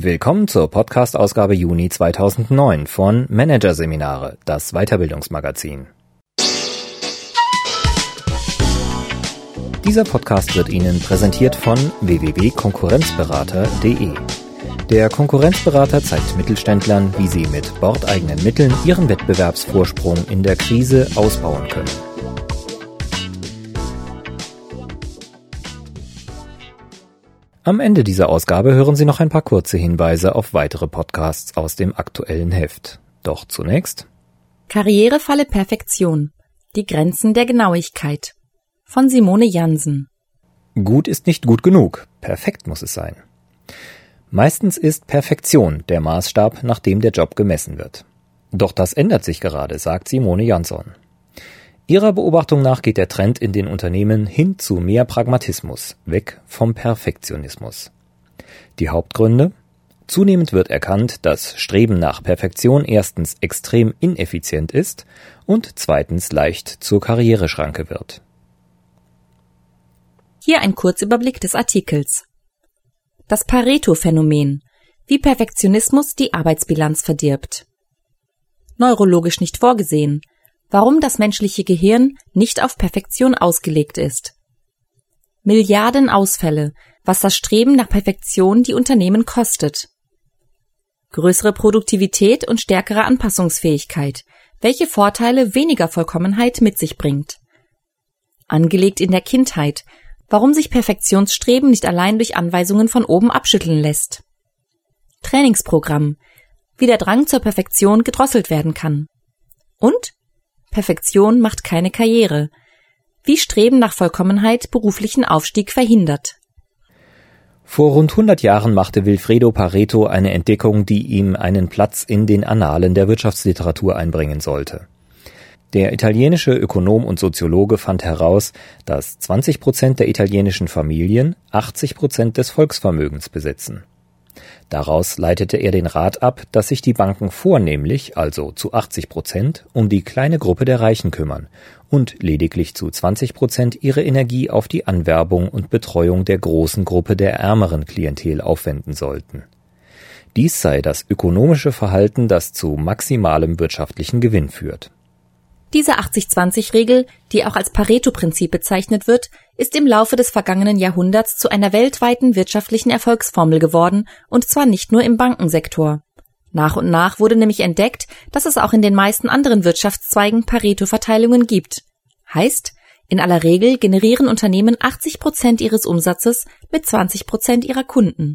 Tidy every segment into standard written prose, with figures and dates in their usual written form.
Willkommen zur Podcast-Ausgabe Juni 2009 von Managerseminare, das Weiterbildungsmagazin. Dieser Podcast wird Ihnen präsentiert von www.konkurrenzberater.de. Der Konkurrenzberater zeigt Mittelständlern, wie sie mit bordeigenen Mitteln ihren Wettbewerbsvorsprung in der Krise ausbauen können. Am Ende dieser Ausgabe hören Sie noch ein paar kurze Hinweise auf weitere Podcasts aus dem aktuellen Heft. Doch zunächst Karrierefalle Perfektion. Die Grenzen der Genauigkeit. Von Simone Jansen. Gut ist nicht gut genug. Perfekt muss es sein. Meistens ist Perfektion der Maßstab, nach dem der Job gemessen wird. Doch das ändert sich gerade, sagt Simone Jansen. Ihrer Beobachtung nach geht der Trend in den Unternehmen hin zu mehr Pragmatismus, weg vom Perfektionismus. Die Hauptgründe? Zunehmend wird erkannt, dass Streben nach Perfektion erstens extrem ineffizient ist und zweitens leicht zur Karriereschranke wird. Hier ein Kurzüberblick des Artikels. Das Pareto-Phänomen. Wie Perfektionismus die Arbeitsbilanz verdirbt. Neurologisch nicht vorgesehen. Warum das menschliche Gehirn nicht auf Perfektion ausgelegt ist. Milliarden Ausfälle, was das Streben nach Perfektion die Unternehmen kostet. Größere Produktivität und stärkere Anpassungsfähigkeit, welche Vorteile weniger Vollkommenheit mit sich bringt. Angelegt in der Kindheit, warum sich Perfektionsstreben nicht allein durch Anweisungen von oben abschütteln lässt. Trainingsprogramm, wie der Drang zur Perfektion gedrosselt werden kann. Und Perfektion macht keine Karriere. Wie Streben nach Vollkommenheit beruflichen Aufstieg verhindert. Vor rund 100 Jahren machte Vilfredo Pareto eine Entdeckung, die ihm einen Platz in den Annalen der Wirtschaftsliteratur einbringen sollte. Der italienische Ökonom und Soziologe fand heraus, dass 20% der italienischen Familien 80% des Volksvermögens besitzen. Daraus leitete er den Rat ab, dass sich die Banken vornehmlich, also zu 80%, um die kleine Gruppe der Reichen kümmern und lediglich zu 20% ihre Energie auf die Anwerbung und Betreuung der großen Gruppe der ärmeren Klientel aufwenden sollten. Dies sei das ökonomische Verhalten, das zu maximalem wirtschaftlichen Gewinn führt. Diese 80-20-Regel, die auch als Pareto-Prinzip bezeichnet wird, ist im Laufe des vergangenen Jahrhunderts zu einer weltweiten wirtschaftlichen Erfolgsformel geworden, und zwar nicht nur im Bankensektor. Nach und nach wurde nämlich entdeckt, dass es auch in den meisten anderen Wirtschaftszweigen Pareto-Verteilungen gibt. Heißt, in aller Regel generieren Unternehmen 80% ihres Umsatzes mit 20% ihrer Kunden.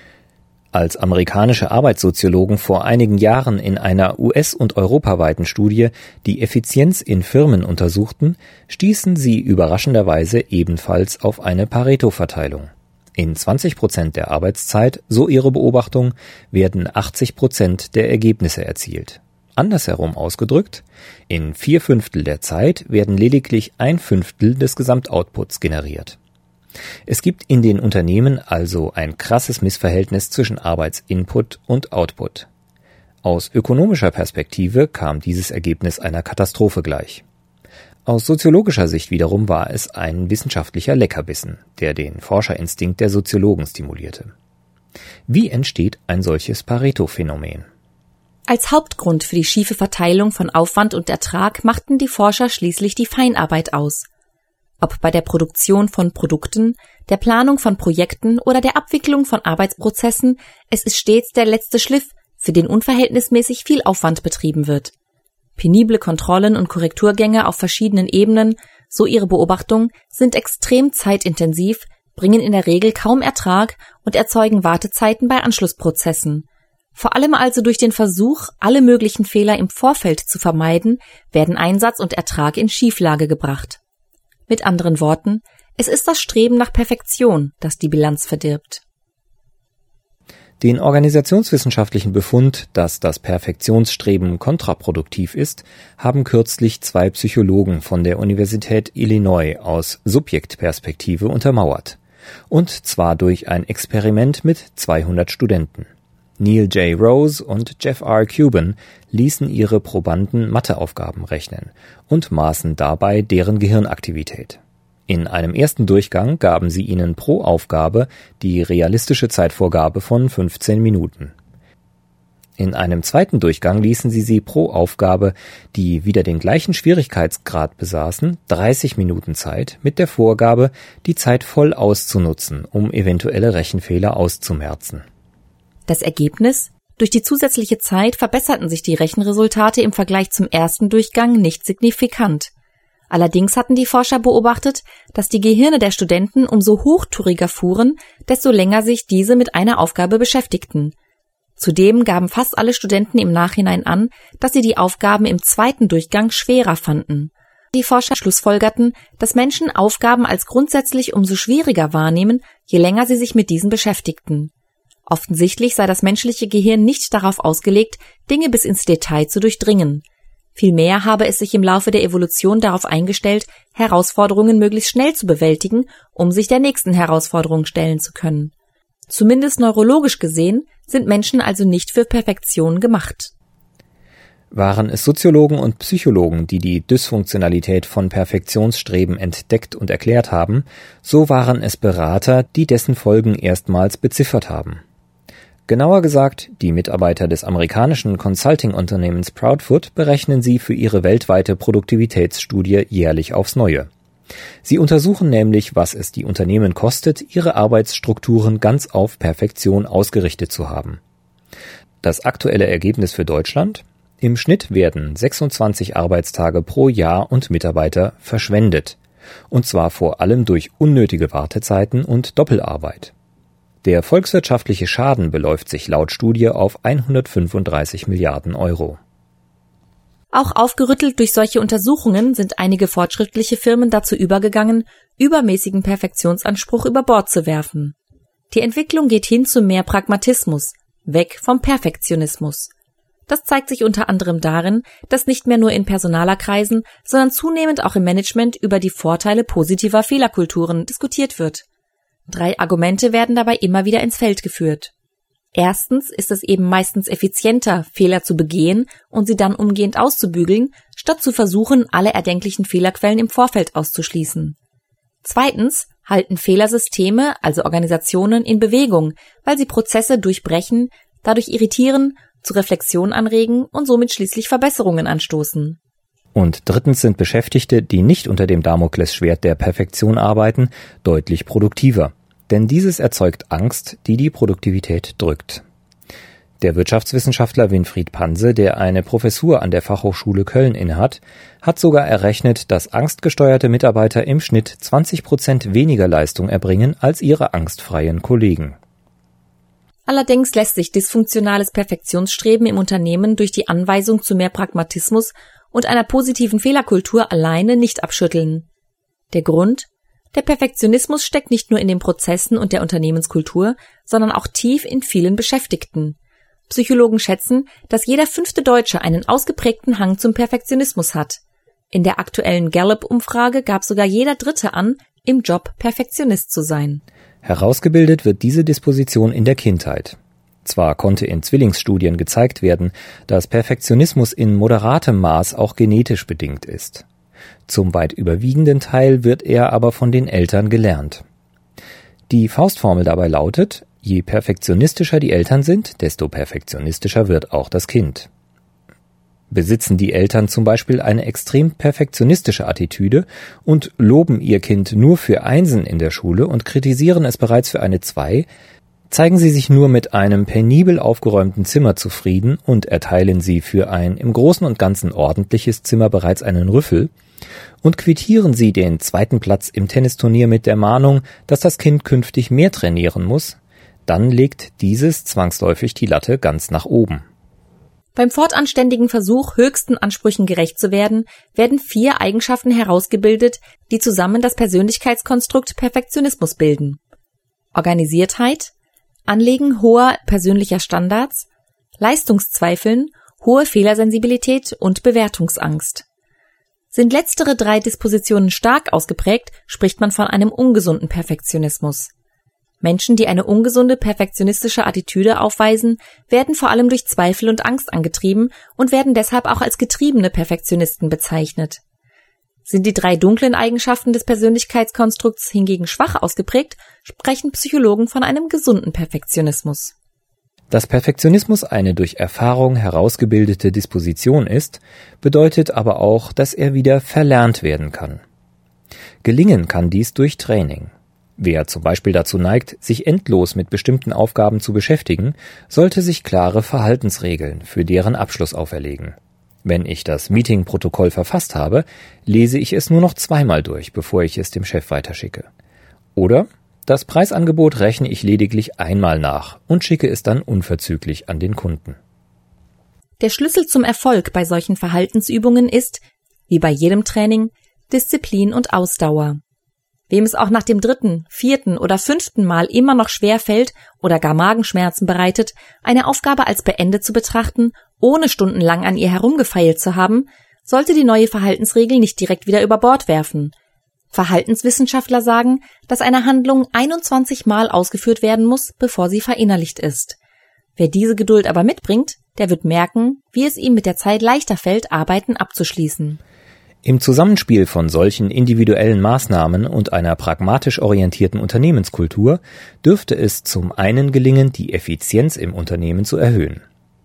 Als amerikanische Arbeitssoziologen vor einigen Jahren in einer US- und europaweiten Studie die Effizienz in Firmen untersuchten, stießen sie überraschenderweise ebenfalls auf eine Pareto-Verteilung. In 20% der Arbeitszeit, so ihre Beobachtung, werden 80% der Ergebnisse erzielt. Andersherum ausgedrückt, in 4/5 der Zeit werden lediglich 1/5 des Gesamtoutputs generiert. Es gibt in den Unternehmen also ein krasses Missverhältnis zwischen Arbeitsinput und Output. Aus ökonomischer Perspektive kam dieses Ergebnis einer Katastrophe gleich. Aus soziologischer Sicht wiederum war es ein wissenschaftlicher Leckerbissen, der den Forscherinstinkt der Soziologen stimulierte. Wie entsteht ein solches Pareto-Phänomen? Als Hauptgrund für die schiefe Verteilung von Aufwand und Ertrag machten die Forscher schließlich die Feinarbeit aus. Ob bei der Produktion von Produkten, der Planung von Projekten oder der Abwicklung von Arbeitsprozessen, es ist stets der letzte Schliff, für den unverhältnismäßig viel Aufwand betrieben wird. Penible Kontrollen und Korrekturgänge auf verschiedenen Ebenen, so ihre Beobachtung, sind extrem zeitintensiv, bringen in der Regel kaum Ertrag und erzeugen Wartezeiten bei Anschlussprozessen. Vor allem also durch den Versuch, alle möglichen Fehler im Vorfeld zu vermeiden, werden Einsatz und Ertrag in Schieflage gebracht. Mit anderen Worten, es ist das Streben nach Perfektion, das die Bilanz verdirbt. Den organisationswissenschaftlichen Befund, dass das Perfektionsstreben kontraproduktiv ist, haben kürzlich 2 Psychologen von der Universität Illinois aus Subjektperspektive untermauert. Und zwar durch ein Experiment mit 200 Studenten. Neil J. Rose und Jeff R. Cuban ließen ihre Probanden Matheaufgaben rechnen und maßen dabei deren Gehirnaktivität. In einem ersten Durchgang gaben sie ihnen pro Aufgabe die realistische Zeitvorgabe von 15 Minuten. In einem zweiten Durchgang ließen sie pro Aufgabe, die wieder den gleichen Schwierigkeitsgrad besaßen, 30 Minuten Zeit mit der Vorgabe, die Zeit voll auszunutzen, um eventuelle Rechenfehler auszumerzen. Das Ergebnis? Durch die zusätzliche Zeit verbesserten sich die Rechenresultate im Vergleich zum ersten Durchgang nicht signifikant. Allerdings hatten die Forscher beobachtet, dass die Gehirne der Studenten umso hochtouriger fuhren, desto länger sich diese mit einer Aufgabe beschäftigten. Zudem gaben fast alle Studenten im Nachhinein an, dass sie die Aufgaben im zweiten Durchgang schwerer fanden. Die Forscher schlussfolgerten, dass Menschen Aufgaben als grundsätzlich umso schwieriger wahrnehmen, je länger sie sich mit diesen beschäftigten. Offensichtlich sei das menschliche Gehirn nicht darauf ausgelegt, Dinge bis ins Detail zu durchdringen. Vielmehr habe es sich im Laufe der Evolution darauf eingestellt, Herausforderungen möglichst schnell zu bewältigen, um sich der nächsten Herausforderung stellen zu können. Zumindest neurologisch gesehen sind Menschen also nicht für Perfektion gemacht. Waren es Soziologen und Psychologen, die die Dysfunktionalität von Perfektionsstreben entdeckt und erklärt haben, so waren es Berater, die dessen Folgen erstmals beziffert haben. Genauer gesagt, die Mitarbeiter des amerikanischen Consulting-Unternehmens Proudfoot berechnen sie für ihre weltweite Produktivitätsstudie jährlich aufs Neue. Sie untersuchen nämlich, was es die Unternehmen kostet, ihre Arbeitsstrukturen ganz auf Perfektion ausgerichtet zu haben. Das aktuelle Ergebnis für Deutschland? Im Schnitt werden 26 Arbeitstage pro Jahr und Mitarbeiter verschwendet. Und zwar vor allem durch unnötige Wartezeiten und Doppelarbeit. Der volkswirtschaftliche Schaden beläuft sich laut Studie auf 135 Milliarden Euro. Auch aufgerüttelt durch solche Untersuchungen sind einige fortschrittliche Firmen dazu übergegangen, übermäßigen Perfektionsanspruch über Bord zu werfen. Die Entwicklung geht hin zu mehr Pragmatismus, weg vom Perfektionismus. Das zeigt sich unter anderem darin, dass nicht mehr nur in Personalerkreisen, sondern zunehmend auch im Management über die Vorteile positiver Fehlerkulturen diskutiert wird. 3 Argumente werden dabei immer wieder ins Feld geführt. Erstens ist es eben meistens effizienter, Fehler zu begehen und sie dann umgehend auszubügeln, statt zu versuchen, alle erdenklichen Fehlerquellen im Vorfeld auszuschließen. Zweitens halten Fehlersysteme, also Organisationen, in Bewegung, weil sie Prozesse durchbrechen, dadurch irritieren, zu Reflexion anregen und somit schließlich Verbesserungen anstoßen. Und drittens sind Beschäftigte, die nicht unter dem Damoklesschwert der Perfektion arbeiten, deutlich produktiver. Denn dieses erzeugt Angst, die die Produktivität drückt. Der Wirtschaftswissenschaftler Winfried Panse, der eine Professur an der Fachhochschule Köln innehat, hat sogar errechnet, dass angstgesteuerte Mitarbeiter im Schnitt 20% weniger Leistung erbringen als ihre angstfreien Kollegen. Allerdings lässt sich dysfunktionales Perfektionsstreben im Unternehmen durch die Anweisung zu mehr Pragmatismus und einer positiven Fehlerkultur alleine nicht abschütteln. Der Grund? Der Perfektionismus steckt nicht nur in den Prozessen und der Unternehmenskultur, sondern auch tief in vielen Beschäftigten. Psychologen schätzen, dass jeder 5. Deutsche einen ausgeprägten Hang zum Perfektionismus hat. In der aktuellen Gallup-Umfrage gab sogar jeder Dritte an, im Job Perfektionist zu sein. Herausgebildet wird diese Disposition in der Kindheit. Zwar konnte in Zwillingsstudien gezeigt werden, dass Perfektionismus in moderatem Maß auch genetisch bedingt ist. Zum weit überwiegenden Teil wird er aber von den Eltern gelernt. Die Faustformel dabei lautet: Je perfektionistischer die Eltern sind, desto perfektionistischer wird auch das Kind. Besitzen die Eltern zum Beispiel eine extrem perfektionistische Attitüde und loben ihr Kind nur für Einsen in der Schule und kritisieren es bereits für eine 2, zeigen sie sich nur mit einem penibel aufgeräumten Zimmer zufrieden und erteilen sie für ein im Großen und Ganzen ordentliches Zimmer bereits einen Rüffel und quittieren sie den 2. Platz im Tennisturnier mit der Mahnung, dass das Kind künftig mehr trainieren muss, dann legt dieses zwangsläufig die Latte ganz nach oben. Beim fortanständigen Versuch, höchsten Ansprüchen gerecht zu werden, werden 4 Eigenschaften herausgebildet, die zusammen das Persönlichkeitskonstrukt Perfektionismus bilden: Organisiertheit, Anlegen hoher persönlicher Standards, Leistungszweifeln, hohe Fehlersensibilität und Bewertungsangst. Sind letztere 3 Dispositionen stark ausgeprägt, spricht man von einem ungesunden Perfektionismus. Menschen, die eine ungesunde perfektionistische Attitüde aufweisen, werden vor allem durch Zweifel und Angst angetrieben und werden deshalb auch als getriebene Perfektionisten bezeichnet. Sind die 3 dunklen Eigenschaften des Persönlichkeitskonstrukts hingegen schwach ausgeprägt, sprechen Psychologen von einem gesunden Perfektionismus. Dass Perfektionismus eine durch Erfahrung herausgebildete Disposition ist, bedeutet aber auch, dass er wieder verlernt werden kann. Gelingen kann dies durch Training. Wer zum Beispiel dazu neigt, sich endlos mit bestimmten Aufgaben zu beschäftigen, sollte sich klare Verhaltensregeln für deren Abschluss auferlegen. Wenn ich das Meetingprotokoll verfasst habe, lese ich es nur noch 2-mal durch, bevor ich es dem Chef weiterschicke. Oder das Preisangebot rechne ich lediglich einmal nach und schicke es dann unverzüglich an den Kunden. Der Schlüssel zum Erfolg bei solchen Verhaltensübungen ist, wie bei jedem Training, Disziplin und Ausdauer. Wem es auch nach dem 3., 4. oder 5. Mal immer noch schwer fällt oder gar Magenschmerzen bereitet, eine Aufgabe als beendet zu betrachten, ohne stundenlang an ihr herumgefeilt zu haben, sollte die neue Verhaltensregel nicht direkt wieder über Bord werfen. Verhaltenswissenschaftler sagen, dass eine Handlung 21 Mal ausgeführt werden muss, bevor sie verinnerlicht ist. Wer diese Geduld aber mitbringt, der wird merken, wie es ihm mit der Zeit leichter fällt, Arbeiten abzuschließen. Im Zusammenspiel von solchen individuellen Maßnahmen und einer pragmatisch orientierten Unternehmenskultur dürfte es zum einen gelingen, die Effizienz im Unternehmen zu erhöhen.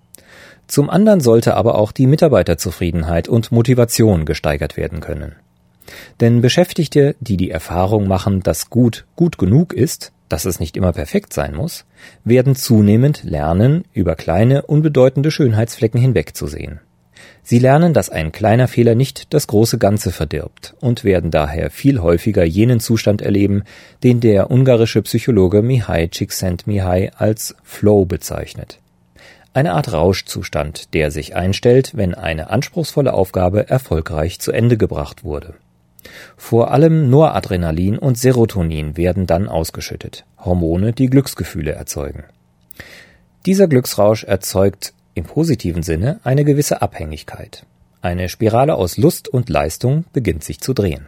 Zum anderen sollte aber auch die Mitarbeiterzufriedenheit und Motivation gesteigert werden können. Denn Beschäftigte, die die Erfahrung machen, dass gut genug ist, dass es nicht immer perfekt sein muss, werden zunehmend lernen, über kleine, unbedeutende Schönheitsflecken hinwegzusehen. Sie lernen, dass ein kleiner Fehler nicht das große Ganze verdirbt und werden daher viel häufiger jenen Zustand erleben, den der ungarische Psychologe Mihaly Csikszentmihalyi als Flow bezeichnet. Eine Art Rauschzustand, der sich einstellt, wenn eine anspruchsvolle Aufgabe erfolgreich zu Ende gebracht wurde. Vor allem Noradrenalin und Serotonin werden dann ausgeschüttet, Hormone, die Glücksgefühle erzeugen. Dieser Glücksrausch erzeugt im positiven Sinne eine gewisse Abhängigkeit. Eine Spirale aus Lust und Leistung beginnt sich zu drehen.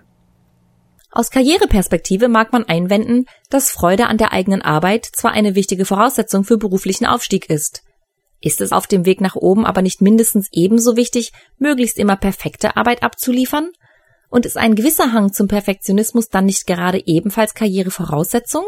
Aus Karriereperspektive mag man einwenden, dass Freude an der eigenen Arbeit zwar eine wichtige Voraussetzung für beruflichen Aufstieg ist. Ist es auf dem Weg nach oben aber nicht mindestens ebenso wichtig, möglichst immer perfekte Arbeit abzuliefern? Und ist ein gewisser Hang zum Perfektionismus dann nicht gerade ebenfalls Karrierevoraussetzung?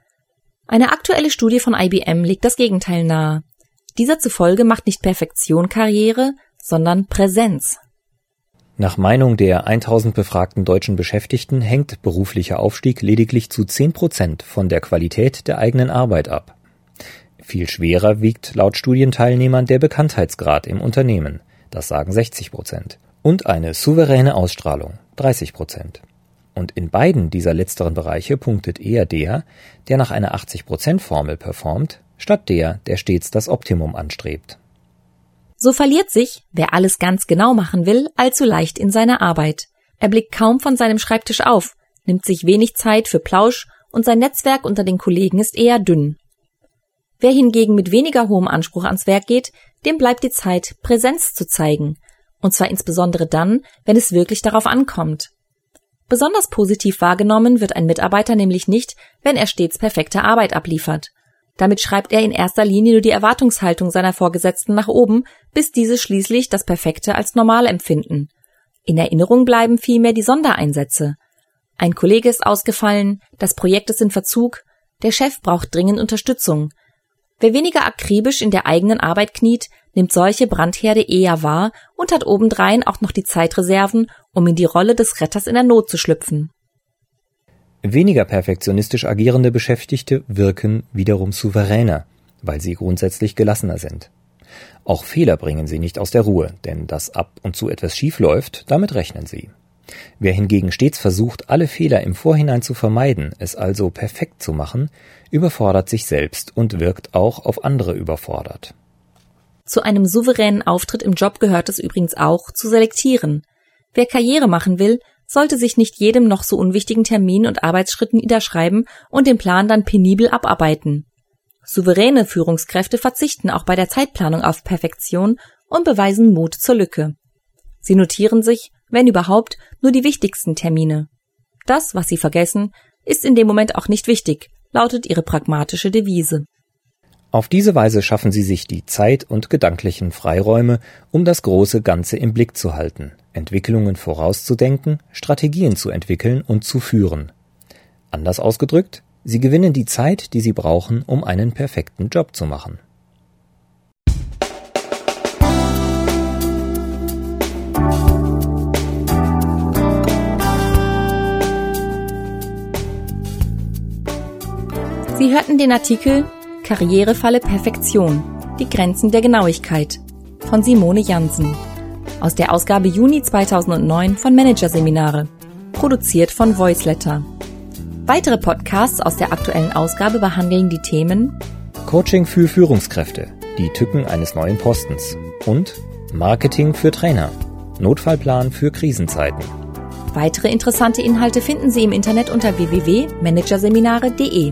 Eine aktuelle Studie von IBM legt das Gegenteil nahe. Dieser zufolge macht nicht Perfektion Karriere, sondern Präsenz. Nach Meinung der 1000 befragten deutschen Beschäftigten hängt beruflicher Aufstieg lediglich zu 10% von der Qualität der eigenen Arbeit ab. Viel schwerer wiegt laut Studienteilnehmern der Bekanntheitsgrad im Unternehmen, das sagen 60%, und eine souveräne Ausstrahlung, 30%. Und in beiden dieser letzteren Bereiche punktet eher der nach einer 80%-Formel performt, statt der stets das Optimum anstrebt. So verliert sich, wer alles ganz genau machen will, allzu leicht in seiner Arbeit. Er blickt kaum von seinem Schreibtisch auf, nimmt sich wenig Zeit für Plausch und sein Netzwerk unter den Kollegen ist eher dünn. Wer hingegen mit weniger hohem Anspruch ans Werk geht, dem bleibt die Zeit, Präsenz zu zeigen, und zwar insbesondere dann, wenn es wirklich darauf ankommt. Besonders positiv wahrgenommen wird ein Mitarbeiter nämlich nicht, wenn er stets perfekte Arbeit abliefert. Damit schreibt er in erster Linie nur die Erwartungshaltung seiner Vorgesetzten nach oben, bis diese schließlich das Perfekte als normal empfinden. In Erinnerung bleiben vielmehr die Sondereinsätze. Ein Kollege ist ausgefallen, das Projekt ist in Verzug, der Chef braucht dringend Unterstützung. Wer weniger akribisch in der eigenen Arbeit kniet, nimmt solche Brandherde eher wahr und hat obendrein auch noch die Zeitreserven, um in die Rolle des Retters in der Not zu schlüpfen. Weniger perfektionistisch agierende Beschäftigte wirken wiederum souveräner, weil sie grundsätzlich gelassener sind. Auch Fehler bringen sie nicht aus der Ruhe, denn dass ab und zu etwas schief läuft, damit rechnen sie. Wer hingegen stets versucht, alle Fehler im Vorhinein zu vermeiden, es also perfekt zu machen, überfordert sich selbst und wirkt auch auf andere überfordert. Zu einem souveränen Auftritt im Job gehört es übrigens auch, zu selektieren. Wer Karriere machen will, sollte sich nicht jedem noch so unwichtigen Termin und Arbeitsschritten niederschreiben und den Plan dann penibel abarbeiten. Souveräne Führungskräfte verzichten auch bei der Zeitplanung auf Perfektion und beweisen Mut zur Lücke. Sie notieren sich, wenn überhaupt, nur die wichtigsten Termine. Das, was sie vergessen, ist in dem Moment auch nicht wichtig, lautet ihre pragmatische Devise. Auf diese Weise schaffen Sie sich die Zeit und gedanklichen Freiräume, um das große Ganze im Blick zu halten, Entwicklungen vorauszudenken, Strategien zu entwickeln und zu führen. Anders ausgedrückt, Sie gewinnen die Zeit, die Sie brauchen, um einen perfekten Job zu machen. Sie hörten den Artikel Karrierefalle Perfektion – Die Grenzen der Genauigkeit von Simone Jansen aus der Ausgabe Juni 2009 von Managerseminare, produziert von Voiceletter. Weitere Podcasts aus der aktuellen Ausgabe behandeln die Themen Coaching für Führungskräfte, die Tücken eines neuen Postens und Marketing für Trainer, Notfallplan für Krisenzeiten. Weitere interessante Inhalte finden Sie im Internet unter www.managerseminare.de.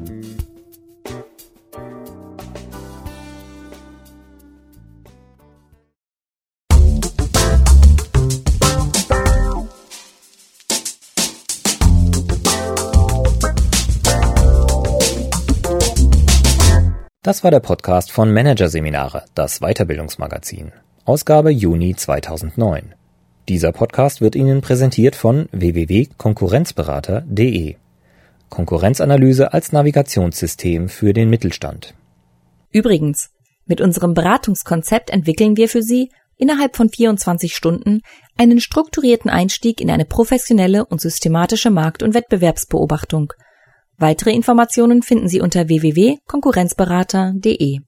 Das war der Podcast von Managerseminare, das Weiterbildungsmagazin, Ausgabe Juni 2009. Dieser Podcast wird Ihnen präsentiert von www.konkurrenzberater.de. Konkurrenzanalyse als Navigationssystem für den Mittelstand. Übrigens, mit unserem Beratungskonzept entwickeln wir für Sie innerhalb von 24 Stunden einen strukturierten Einstieg in eine professionelle und systematische Markt- und Wettbewerbsbeobachtung. Weitere Informationen finden Sie unter www.konkurrenzberater.de.